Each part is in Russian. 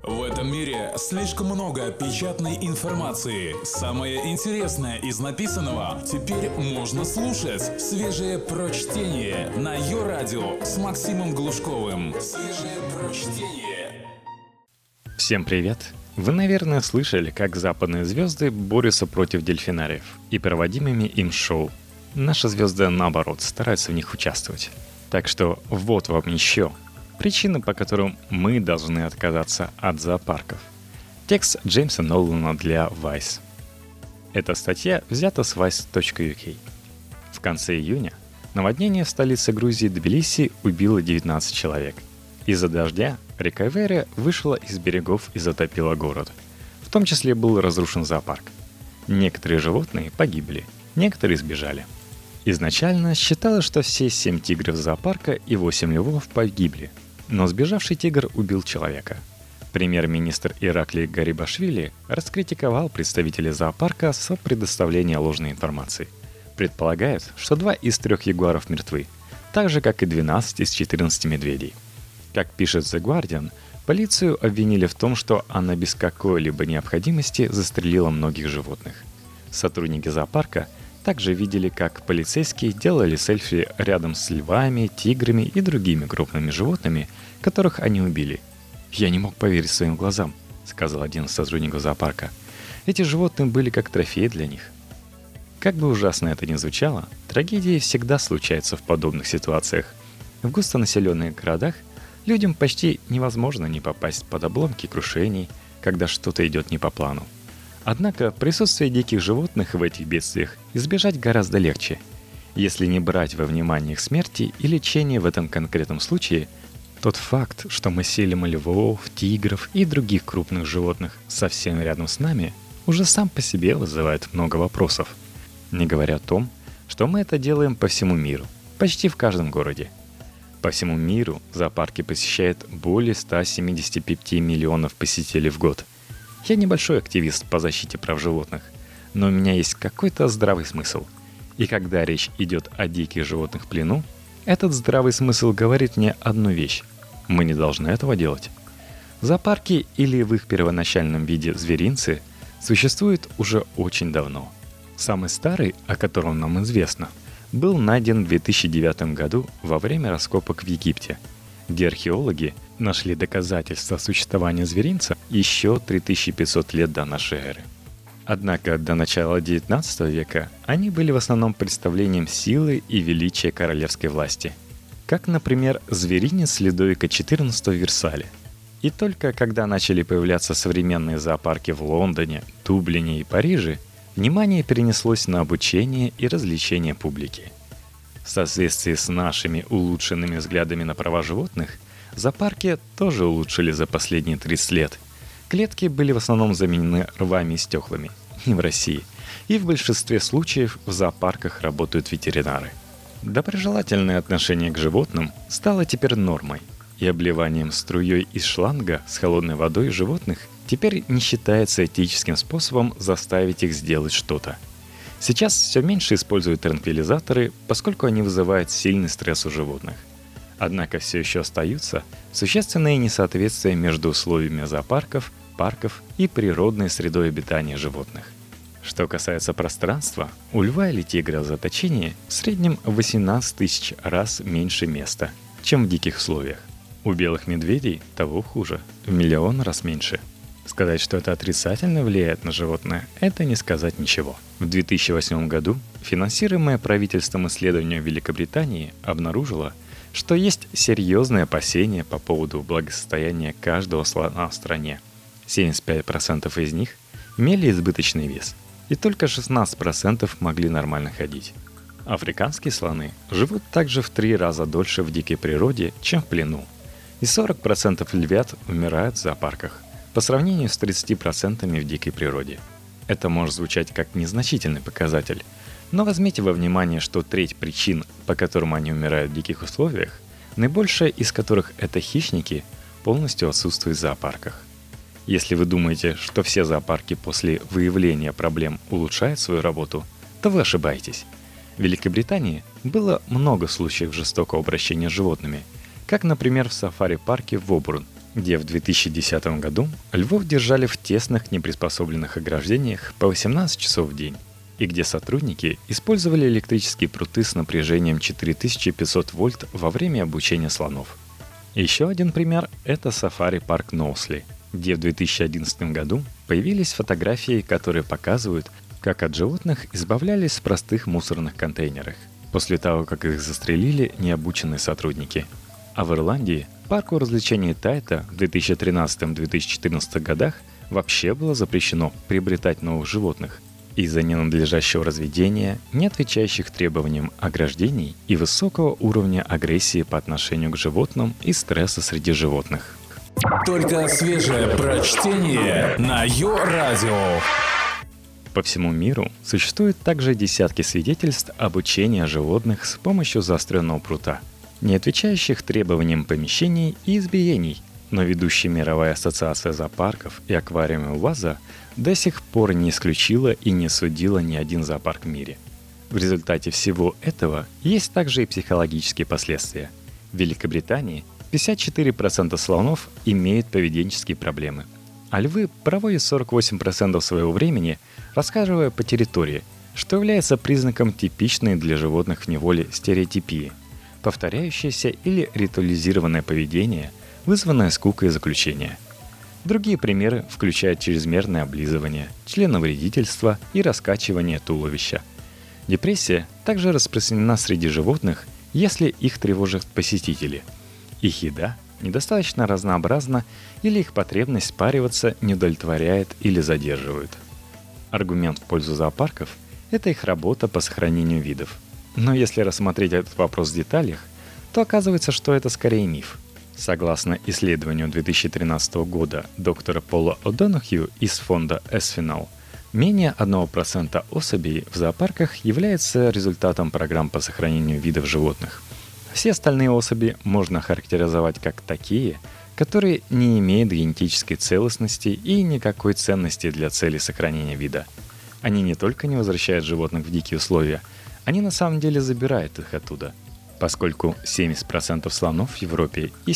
В этом мире слишком много печатной информации. Самое интересное из написанного теперь можно слушать. Свежее прочтение на Йо-Радио с Максимом Глушковым. Свежее прочтение. Всем привет! Вы, наверное, слышали, как западные звезды борются против дельфинариев и проводимыми им шоу. Наши звезды, наоборот, стараются в них участвовать. Так что вот вам еще причины, по которым мы должны отказаться от зоопарков. Текст Джеймса Нолана для Vice. Эта статья взята с vice.uk. В конце июня наводнение в столице Грузии Тбилиси убило 19 человек. Из-за дождя река Вере вышла из берегов и затопила город. В том числе был разрушен зоопарк. Некоторые животные погибли, некоторые сбежали. Изначально считалось, что все 7 тигров зоопарка и 8 львов погибли, но сбежавший тигр убил человека. Премьер-министр Ираклий Гарибашвили раскритиковал представителей зоопарка за предоставление ложной информации. Предполагает, что 2 из 3 ягуаров мертвы, так же, как и 12 из 14 медведей. Как пишет The Guardian, полицию обвинили в том, что она без какой-либо необходимости застрелила многих животных. Сотрудники зоопарка также видели, как полицейские делали селфи рядом с львами, тиграми и другими крупными животными, которых они убили. «Я не мог поверить своим глазам», — сказал один из сотрудников зоопарка. «Эти животные были как трофей для них». Как бы ужасно это ни звучало, трагедии всегда случаются в подобных ситуациях. В густонаселенных городах людям почти невозможно не попасть под обломки крушений, когда что-то идет не по плану. Однако присутствие диких животных в этих бедствиях избежать гораздо легче. Если не брать во внимание их смерти и лечение в этом конкретном случае, тот факт, что мы селим львов, тигров и других крупных животных совсем рядом с нами, уже сам по себе вызывает много вопросов. Не говоря о том, что мы это делаем по всему миру, почти в каждом городе. По всему миру зоопарки посещает более 175 миллионов посетителей в год. Я небольшой активист по защите прав животных, но у меня есть какой-то здравый смысл. И когда речь идет о диких животных в плену, этот здравый смысл говорит мне одну вещь. Мы не должны этого делать. Зоопарки, или в их первоначальном виде зверинцы, существуют уже очень давно. Самый старый, о котором нам известно, был найден в 2009 году во время раскопок в Египте, где археологи нашли доказательства существования зверинца еще 3500 лет до нашей эры. Однако до начала XIX века они были в основном представлением силы и величия королевской власти, как, например, зверинец Людовика XIV в Версале. И только когда начали появляться современные зоопарки в Лондоне, Дублине и Париже, внимание перенеслось на обучение и развлечение публики. В соответствии с нашими улучшенными взглядами на права животных, зоопарки тоже улучшили за последние 30 лет. Клетки были в основном заменены рвами и стеклами, не в России, и в большинстве случаев в зоопарках работают ветеринары. Доброжелательное отношение к животным стало теперь нормой, и обливанием струей из шланга с холодной водой животных теперь не считается этическим способом заставить их сделать что-то. Сейчас все меньше используют транквилизаторы, поскольку они вызывают сильный стресс у животных. Однако все еще остаются существенные несоответствия между условиями зоопарков, парков и природной средой обитания животных. Что касается пространства, у льва или тигра в заточении в среднем в 18 тысяч раз меньше места, чем в диких условиях. У белых медведей того хуже, в 1 миллион раз меньше. Сказать, что это отрицательно влияет на животное, это не сказать ничего. В 2008 году финансируемое правительством исследование Великобритании обнаружило, что есть серьезные опасения по поводу благосостояния каждого слона в стране. 75% из них имели избыточный вес, и только 16% могли нормально ходить. Африканские слоны живут также в 3 раза дольше в дикой природе, чем в плену, и 40% львят умирают в зоопарках, по сравнению с 30% в дикой природе. Это может звучать как незначительный показатель, но возьмите во внимание, что треть причин, по которым они умирают в диких условиях, наибольшая из которых это хищники, полностью отсутствует в зоопарках. Если вы думаете, что все зоопарки после выявления проблем улучшают свою работу, то вы ошибаетесь. В Великобритании было много случаев жестокого обращения с животными, как, например, в сафари-парке в Вобурн, где в 2010 году львов держали в тесных неприспособленных ограждениях по 18 часов в день, и где сотрудники использовали электрические пруты с напряжением 4500 вольт во время обучения слонов. Еще один пример – это сафари-парк Ноусли, где в 2011 году появились фотографии, которые показывают, как от животных избавлялись в простых мусорных контейнерах, после того, как их застрелили необученные сотрудники. А в Ирландии парку развлечений Тайта в 2013-2014 годах вообще было запрещено приобретать новых животных из-за ненадлежащего разведения, не отвечающих требованиям ограждений и высокого уровня агрессии по отношению к животным и стресса среди животных. Только свежее прочтение на Йо-Радио. По всему миру существует также десятки свидетельств обучения животных с помощью заостренного прута, не отвечающих требованиям помещений и избиений, но ведущая мировая ассоциация зоопарков и аквариумов ВАЗа до сих пор не исключила и не судила ни один зоопарк в мире. В результате всего этого есть также и психологические последствия. В Великобритании 54% слонов имеют поведенческие проблемы, а львы проводят 48% своего времени, расхаживая по территории, что является признаком типичной для животных в неволе стереотипии, повторяющееся или ритуализированное поведение, вызванное скукой заключения. Другие примеры включают чрезмерное облизывание, членовредительство и раскачивание туловища. Депрессия также распространена среди животных, если их тревожат посетители. Их еда недостаточно разнообразна или их потребность спариваться не удовлетворяет или задерживает. Аргумент в пользу зоопарков – это их работа по сохранению видов. Но если рассмотреть этот вопрос в деталях, то оказывается, что это скорее миф. Согласно исследованию 2013 года доктора Пола О'Донохью из фонда Espinal, менее 1% особей в зоопарках является результатом программ по сохранению видов животных. Все остальные особи можно характеризовать как такие, которые не имеют генетической целостности и никакой ценности для цели сохранения вида. Они не только не возвращают животных в дикие условия, они на самом деле забирают их оттуда. Поскольку 70% слонов в Европе и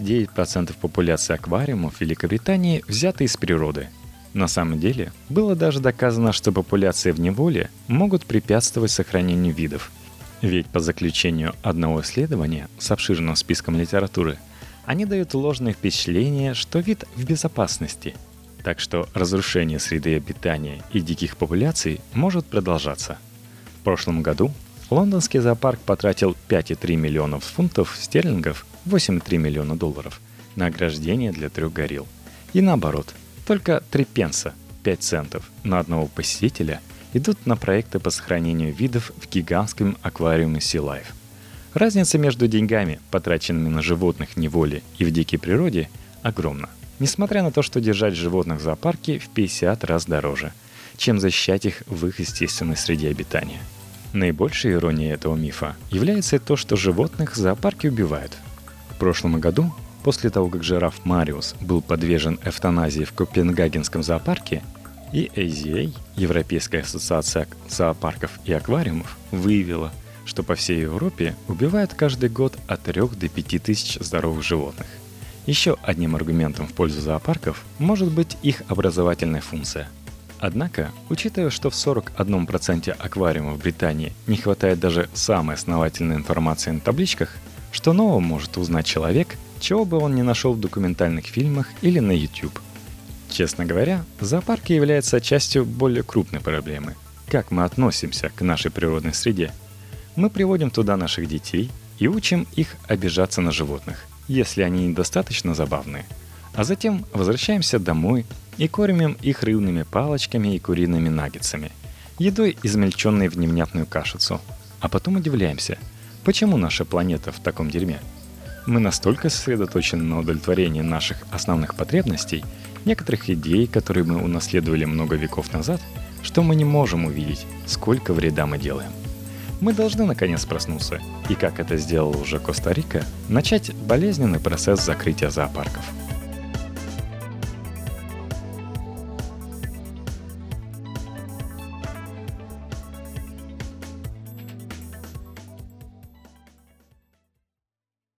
79% популяции аквариумов в Великобритании взяты из природы. На самом деле, было даже доказано, что популяции в неволе могут препятствовать сохранению видов. Ведь по заключению одного исследования с обширным списком литературы, они дают ложное впечатление, что вид в безопасности. Так что разрушение среды обитания и диких популяций может продолжаться. В прошлом году лондонский зоопарк потратил 5,3 миллионов фунтов стерлингов, 8,3 миллиона долларов, на ограждение для 3 горилл. И наоборот, только 3 пенса, 5 центов на одного посетителя идут на проекты по сохранению видов в гигантском аквариуме Sea Life. Разница между деньгами, потраченными на животных в неволе и в дикой природе, огромна. Несмотря на то, что держать животных в зоопарке в 50 раз дороже, чем защищать их в их естественной среде обитания. Наибольшей иронией этого мифа является то, что животных в зоопарке убивают. В прошлом году, после того, как жираф Мариус был подвержен эвтаназии в Копенгагенском зоопарке, и AZA, Европейская ассоциация зоопарков и аквариумов, выявила, что по всей Европе убивают каждый год от 3 до 5 тысяч здоровых животных. Еще одним аргументом в пользу зоопарков может быть их образовательная функция. Однако, учитывая, что в 41% аквариумов в Британии не хватает даже самой основательной информации на табличках, что нового может узнать человек, чего бы он ни нашел в документальных фильмах или на YouTube. Честно говоря, зоопарки являются частью более крупной проблемы. Как мы относимся к нашей природной среде? Мы приводим туда наших детей и учим их обижаться на животных, если они недостаточно забавные. А затем возвращаемся домой и кормим их рыбными палочками и куриными наггетсами, едой, измельченной в невнятную кашицу. А потом удивляемся, почему наша планета в таком дерьме. Мы настолько сосредоточены на удовлетворении наших основных потребностей, некоторых идей, которые мы унаследовали много веков назад, что мы не можем увидеть, сколько вреда мы делаем. Мы должны наконец проснуться и, как это сделала уже Коста-Рика, начать болезненный процесс закрытия зоопарков.